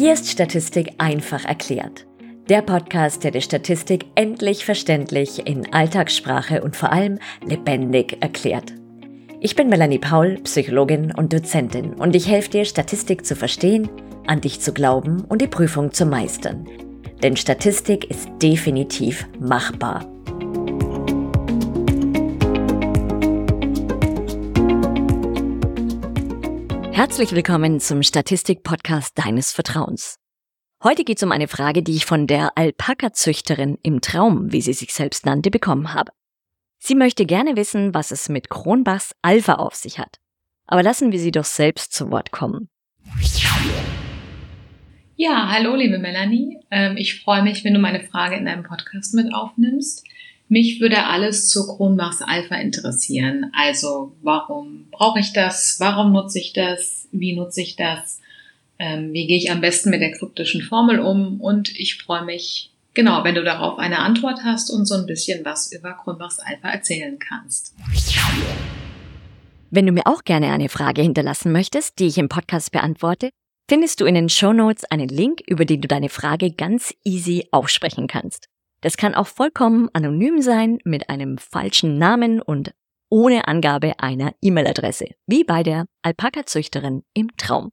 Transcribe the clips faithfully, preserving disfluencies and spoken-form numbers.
Hier ist Statistik einfach erklärt. Der Podcast, der die Statistik endlich verständlich in Alltagssprache und vor allem lebendig erklärt. Ich bin Melanie Paul, Psychologin und Dozentin und ich helfe dir, Statistik zu verstehen, an dich zu glauben und die Prüfung zu meistern. Denn Statistik ist definitiv machbar. Herzlich willkommen zum Statistik-Podcast deines Vertrauens. Heute geht es um eine Frage, die ich von der Alpaka-Züchterin im Traum, wie sie sich selbst nannte, bekommen habe. Sie möchte gerne wissen, was es mit Cronbachs Alpha auf sich hat. Aber lassen wir sie doch selbst zu Wort kommen. Ja, hallo liebe Melanie. Ähm, ich freue mich, wenn du meine Frage in deinem Podcast mit aufnimmst. Mich würde alles zu Cronbachs Alpha interessieren. Also warum brauche ich das? Warum nutze ich das? Wie nutze ich das? Ähm, wie gehe ich am besten mit der kryptischen Formel um? Und ich freue mich, genau, wenn du darauf eine Antwort hast und so ein bisschen was über Cronbachs Alpha erzählen kannst. Wenn du mir auch gerne eine Frage hinterlassen möchtest, die ich im Podcast beantworte, findest du in den Shownotes einen Link, über den du deine Frage ganz easy aussprechen kannst. Das kann auch vollkommen anonym sein, mit einem falschen Namen und ohne Angabe einer E-Mail-Adresse, wie bei der Alpaka-Züchterin im Traum.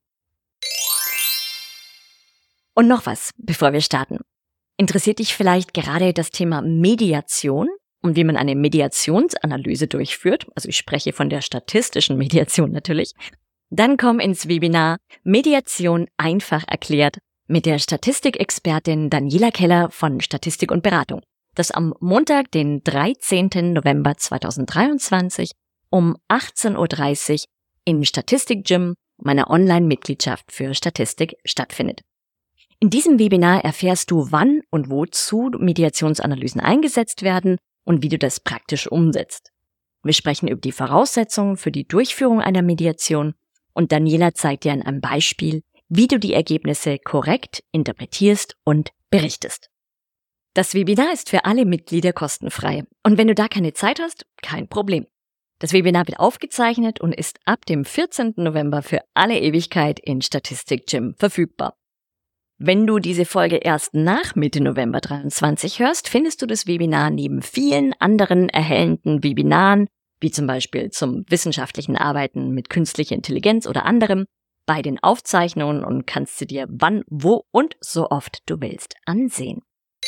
Und noch was, bevor wir starten. Interessiert dich vielleicht gerade das Thema Mediation und wie man eine Mediationsanalyse durchführt? Also ich spreche von der statistischen Mediation natürlich. Dann komm ins Webinar Mediation einfach erklärt mit der Statistikexpertin Daniela Keller von Statistik und Beratung, das am Montag, den dreizehnten November zweitausenddreiundzwanzig um achtzehn Uhr dreißig im Statistik-Gym meiner Online-Mitgliedschaft für Statistik stattfindet. In diesem Webinar erfährst du, wann und wozu Mediationsanalysen eingesetzt werden und wie du das praktisch umsetzt. Wir sprechen über die Voraussetzungen für die Durchführung einer Mediation und Daniela zeigt dir an einem Beispiel, wie du die Ergebnisse korrekt interpretierst und berichtest. Das Webinar ist für alle Mitglieder kostenfrei. Und wenn du da keine Zeit hast, kein Problem. Das Webinar wird aufgezeichnet und ist ab dem vierzehnten November für alle Ewigkeit in Statistik Gym verfügbar. Wenn du diese Folge erst nach Mitte November dreiundzwanzig hörst, findest du das Webinar neben vielen anderen erhellenden Webinaren, wie zum Beispiel zum wissenschaftlichen Arbeiten mit künstlicher Intelligenz oder anderem, bei den Aufzeichnungen und kannst sie dir wann, wo und so oft du willst ansehen.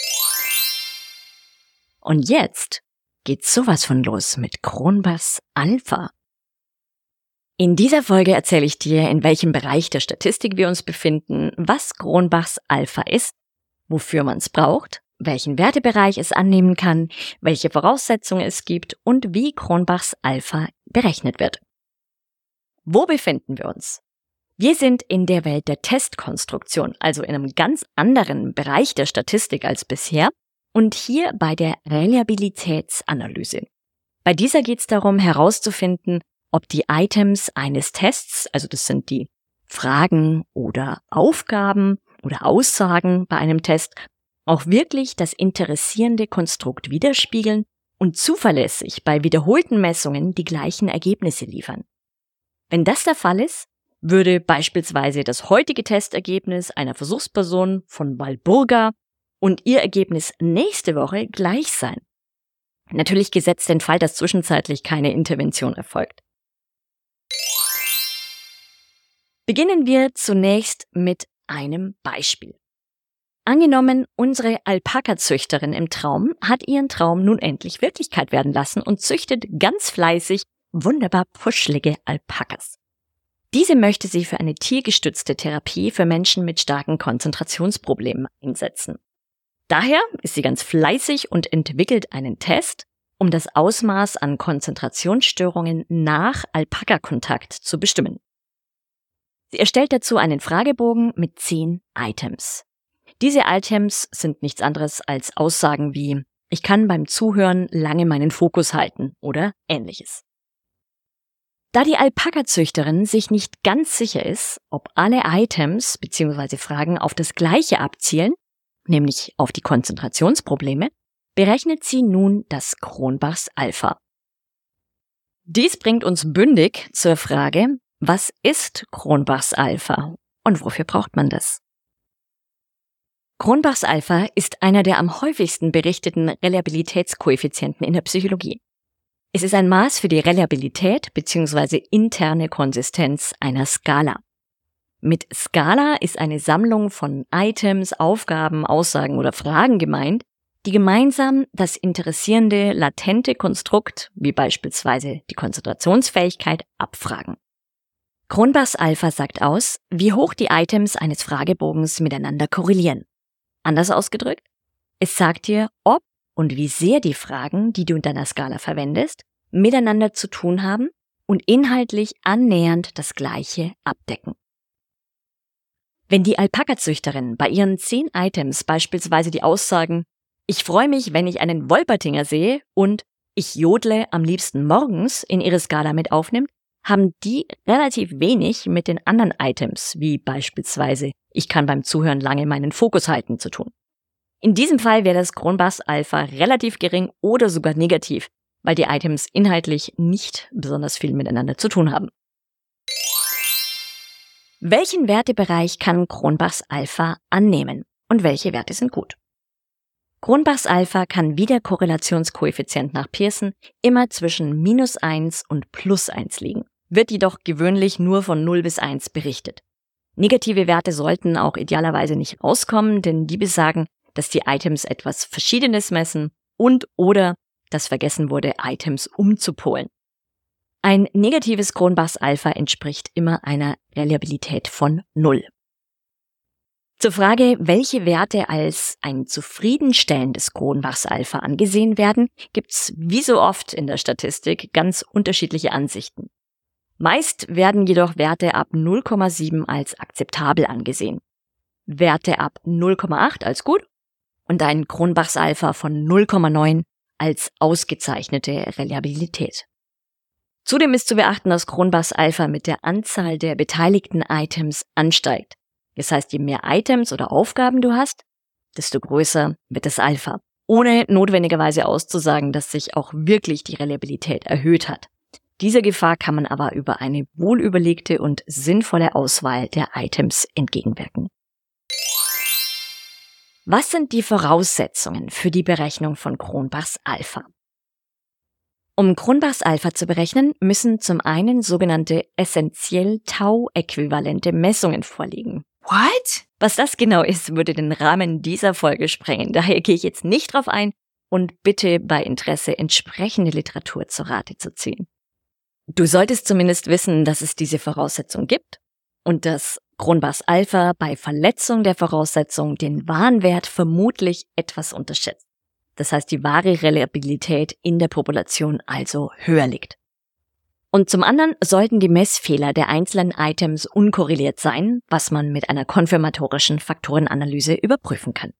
Und jetzt geht's sowas von los mit Cronbachs Alpha. In dieser Folge erzähle ich dir, in welchem Bereich der Statistik wir uns befinden, was Cronbachs Alpha ist, wofür man es braucht, welchen Wertebereich es annehmen kann, welche Voraussetzungen es gibt und wie Cronbachs Alpha berechnet wird. Wo befinden wir uns? Wir sind in der Welt der Testkonstruktion, also in einem ganz anderen Bereich der Statistik als bisher und hier bei der Reliabilitätsanalyse. Bei dieser geht es darum, herauszufinden, ob die Items eines Tests, also das sind die Fragen oder Aufgaben oder Aussagen bei einem Test, auch wirklich das interessierende Konstrukt widerspiegeln und zuverlässig bei wiederholten Messungen die gleichen Ergebnisse liefern. Wenn das der Fall ist, würde beispielsweise das heutige Testergebnis einer Versuchsperson von Walburga und ihr Ergebnis nächste Woche gleich sein. Natürlich gesetzt den Fall, dass zwischenzeitlich keine Intervention erfolgt. Beginnen wir zunächst mit einem Beispiel. Angenommen, unsere Alpaka-Züchterin im Traum hat ihren Traum nun endlich Wirklichkeit werden lassen und züchtet ganz fleißig wunderbar puschelige Alpakas. Diese möchte sie für eine tiergestützte Therapie für Menschen mit starken Konzentrationsproblemen einsetzen. Daher ist sie ganz fleißig und entwickelt einen Test, um das Ausmaß an Konzentrationsstörungen nach Alpaka-Kontakt zu bestimmen. Sie erstellt dazu einen Fragebogen mit zehn Items. Diese Items sind nichts anderes als Aussagen wie „Ich kann beim Zuhören lange meinen Fokus halten“ oder ähnliches. Da die Alpaka-Züchterin sich nicht ganz sicher ist, ob alle Items bzw. Fragen auf das Gleiche abzielen, nämlich auf die Konzentrationsprobleme, berechnet sie nun das Cronbachs Alpha. Dies bringt uns bündig zur Frage, was ist Cronbachs Alpha und wofür braucht man das? Cronbachs Alpha ist einer der am häufigsten berichteten Reliabilitätskoeffizienten in der Psychologie. Es ist ein Maß für die Reliabilität bzw. interne Konsistenz einer Skala. Mit Skala ist eine Sammlung von Items, Aufgaben, Aussagen oder Fragen gemeint, die gemeinsam das interessierende, latente Konstrukt, wie beispielsweise die Konzentrationsfähigkeit, abfragen. Cronbachs Alpha sagt aus, wie hoch die Items eines Fragebogens miteinander korrelieren. Anders ausgedrückt, es sagt dir, ob und wie sehr die Fragen, die du in deiner Skala verwendest, miteinander zu tun haben und inhaltlich annähernd das Gleiche abdecken. Wenn die Alpaka-Züchterin bei ihren zehn Items beispielsweise die Aussagen „Ich freue mich, wenn ich einen Wolpertinger sehe“ und „Ich jodle am liebsten morgens“ in ihre Skala mit aufnimmt, haben die relativ wenig mit den anderen Items, wie beispielsweise „Ich kann beim Zuhören lange meinen Fokus halten“ zu tun. In diesem Fall wäre das Cronbachs Alpha relativ gering oder sogar negativ, weil die Items inhaltlich nicht besonders viel miteinander zu tun haben. Welchen Wertebereich kann Cronbachs Alpha annehmen und welche Werte sind gut? Cronbachs Alpha kann wie der Korrelationskoeffizient nach Pearson immer zwischen minus eins und plus eins liegen, wird jedoch gewöhnlich nur von null bis eins berichtet. Negative Werte sollten auch idealerweise nicht rauskommen, denn die besagen, dass die Items etwas Verschiedenes messen und oder dass vergessen wurde, Items umzupolen. Ein negatives Cronbachs Alpha entspricht immer einer Reliabilität von null. Zur Frage, welche Werte als ein zufriedenstellendes Cronbachs Alpha angesehen werden, gibt's wie so oft in der Statistik ganz unterschiedliche Ansichten. Meist werden jedoch Werte ab null Komma sieben als akzeptabel angesehen, Werte ab null Komma acht als gut und ein Cronbachs Alpha von null Komma neun als ausgezeichnete Reliabilität. Zudem ist zu beachten, dass Cronbachs Alpha mit der Anzahl der beteiligten Items ansteigt. Das heißt, je mehr Items oder Aufgaben du hast, desto größer wird das Alpha. Ohne notwendigerweise auszusagen, dass sich auch wirklich die Reliabilität erhöht hat. Dieser Gefahr kann man aber über eine wohlüberlegte und sinnvolle Auswahl der Items entgegenwirken. Was sind die Voraussetzungen für die Berechnung von Cronbachs Alpha? Um Cronbachs Alpha zu berechnen, müssen zum einen sogenannte essentiell Tau-äquivalente Messungen vorliegen. What? Was das genau ist, würde den Rahmen dieser Folge sprengen. Daher gehe ich jetzt nicht drauf ein und bitte bei Interesse entsprechende Literatur zu Rate zu ziehen. Du solltest zumindest wissen, dass es diese Voraussetzung gibt und dass Cronbachs Alpha bei Verletzung der Voraussetzung den wahren Wert vermutlich etwas unterschätzt. Das heißt, die wahre Reliabilität in der Population also höher liegt. Und zum anderen sollten die Messfehler der einzelnen Items unkorreliert sein, was man mit einer konfirmatorischen Faktorenanalyse überprüfen kann.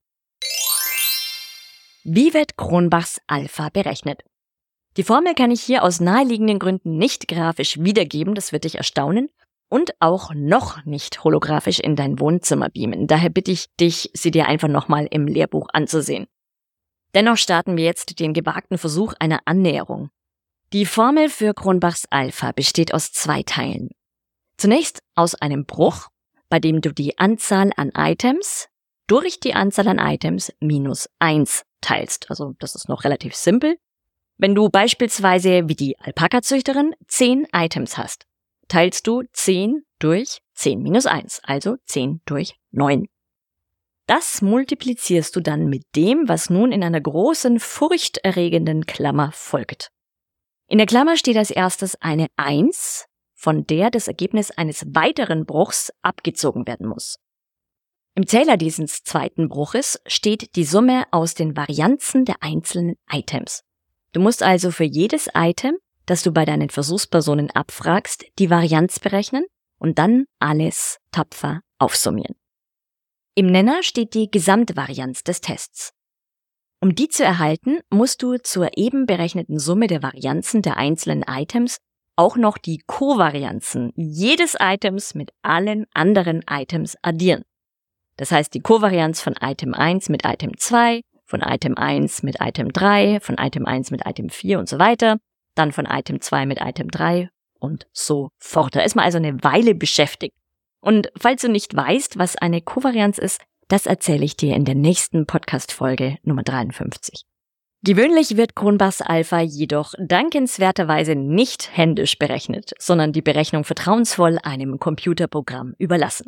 Wie wird Cronbachs Alpha berechnet? Die Formel kann ich hier aus naheliegenden Gründen nicht grafisch wiedergeben, das wird dich erstaunen, und auch noch nicht holographisch in dein Wohnzimmer beamen. Daher bitte ich dich, sie dir einfach nochmal im Lehrbuch anzusehen. Dennoch starten wir jetzt den gewagten Versuch einer Annäherung. Die Formel für Cronbachs Alpha besteht aus zwei Teilen. Zunächst aus einem Bruch, bei dem du die Anzahl an Items durch die Anzahl an Items minus eins teilst. Also das ist noch relativ simpel. Wenn du beispielsweise wie die Alpaka-Züchterin zehn Items hast, teilst du zehn durch zehn minus eins, also zehn durch neun. Das multiplizierst du dann mit dem, was nun in einer großen, furchterregenden Klammer folgt. In der Klammer steht als erstes eine eins, von der das Ergebnis eines weiteren Bruchs abgezogen werden muss. Im Zähler dieses zweiten Bruches steht die Summe aus den Varianzen der einzelnen Items. Du musst also für jedes Item, das du bei deinen Versuchspersonen abfragst, die Varianz berechnen und dann alles tapfer aufsummieren. Im Nenner steht die Gesamtvarianz des Tests. Um die zu erhalten, musst du zur eben berechneten Summe der Varianzen der einzelnen Items auch noch die Kovarianzen jedes Items mit allen anderen Items addieren. Das heißt, die Kovarianz von Item eins mit Item zwei, von Item eins mit Item drei, von Item eins mit Item vier und so weiter, dann von Item zwei mit Item drei und so fort. Da ist man also eine Weile beschäftigt. Und falls du nicht weißt, was eine Kovarianz ist, Das erzähle ich dir in der nächsten Podcast-Folge Nummer dreiundfünfzig. Gewöhnlich wird Cronbachs Alpha jedoch dankenswerterweise nicht händisch berechnet, sondern die Berechnung vertrauensvoll einem Computerprogramm überlassen.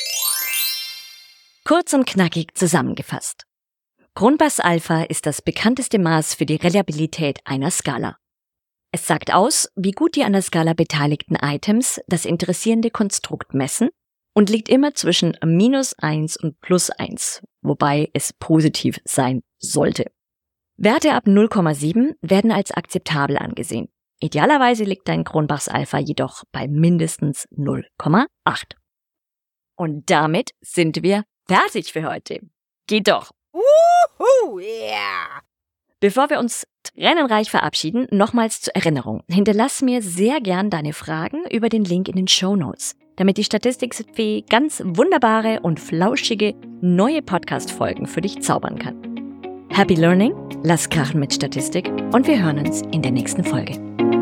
Kurz und knackig zusammengefasst. Cronbachs Alpha ist das bekannteste Maß für die Reliabilität einer Skala. Es sagt aus, wie gut die an der Skala beteiligten Items das interessierende Konstrukt messen und liegt immer zwischen minus eins und plus eins, wobei es positiv sein sollte. Werte ab null Komma sieben werden als akzeptabel angesehen. Idealerweise liegt dein Cronbachs Alpha jedoch bei mindestens null Komma acht. Und damit sind wir fertig für heute. Geht doch! Woohoo, yeah! Bevor wir uns tränenreich verabschieden, nochmals zur Erinnerung. Hinterlass mir sehr gern deine Fragen über den Link in den Shownotes, damit die Statistikfee ganz wunderbare und flauschige neue Podcast-Folgen für dich zaubern kann. Happy Learning, lass krachen mit Statistik und wir hören uns in der nächsten Folge.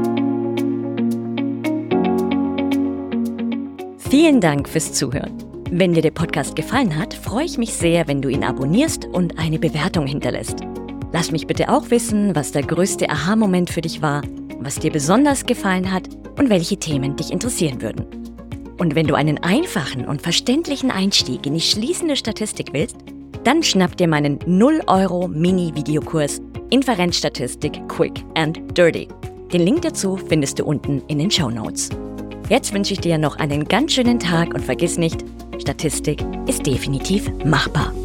Vielen Dank fürs Zuhören. Wenn dir der Podcast gefallen hat, freue ich mich sehr, wenn du ihn abonnierst und eine Bewertung hinterlässt. Lass mich bitte auch wissen, was der größte Aha-Moment für dich war, was dir besonders gefallen hat und welche Themen dich interessieren würden. Und wenn du einen einfachen und verständlichen Einstieg in die schließende Statistik willst, dann schnapp dir meinen null Euro Mini-Videokurs Inferenzstatistik Quick and Dirty. Den Link dazu findest du unten in den Shownotes. Jetzt wünsche ich dir noch einen ganz schönen Tag und vergiss nicht, Statistik ist definitiv machbar.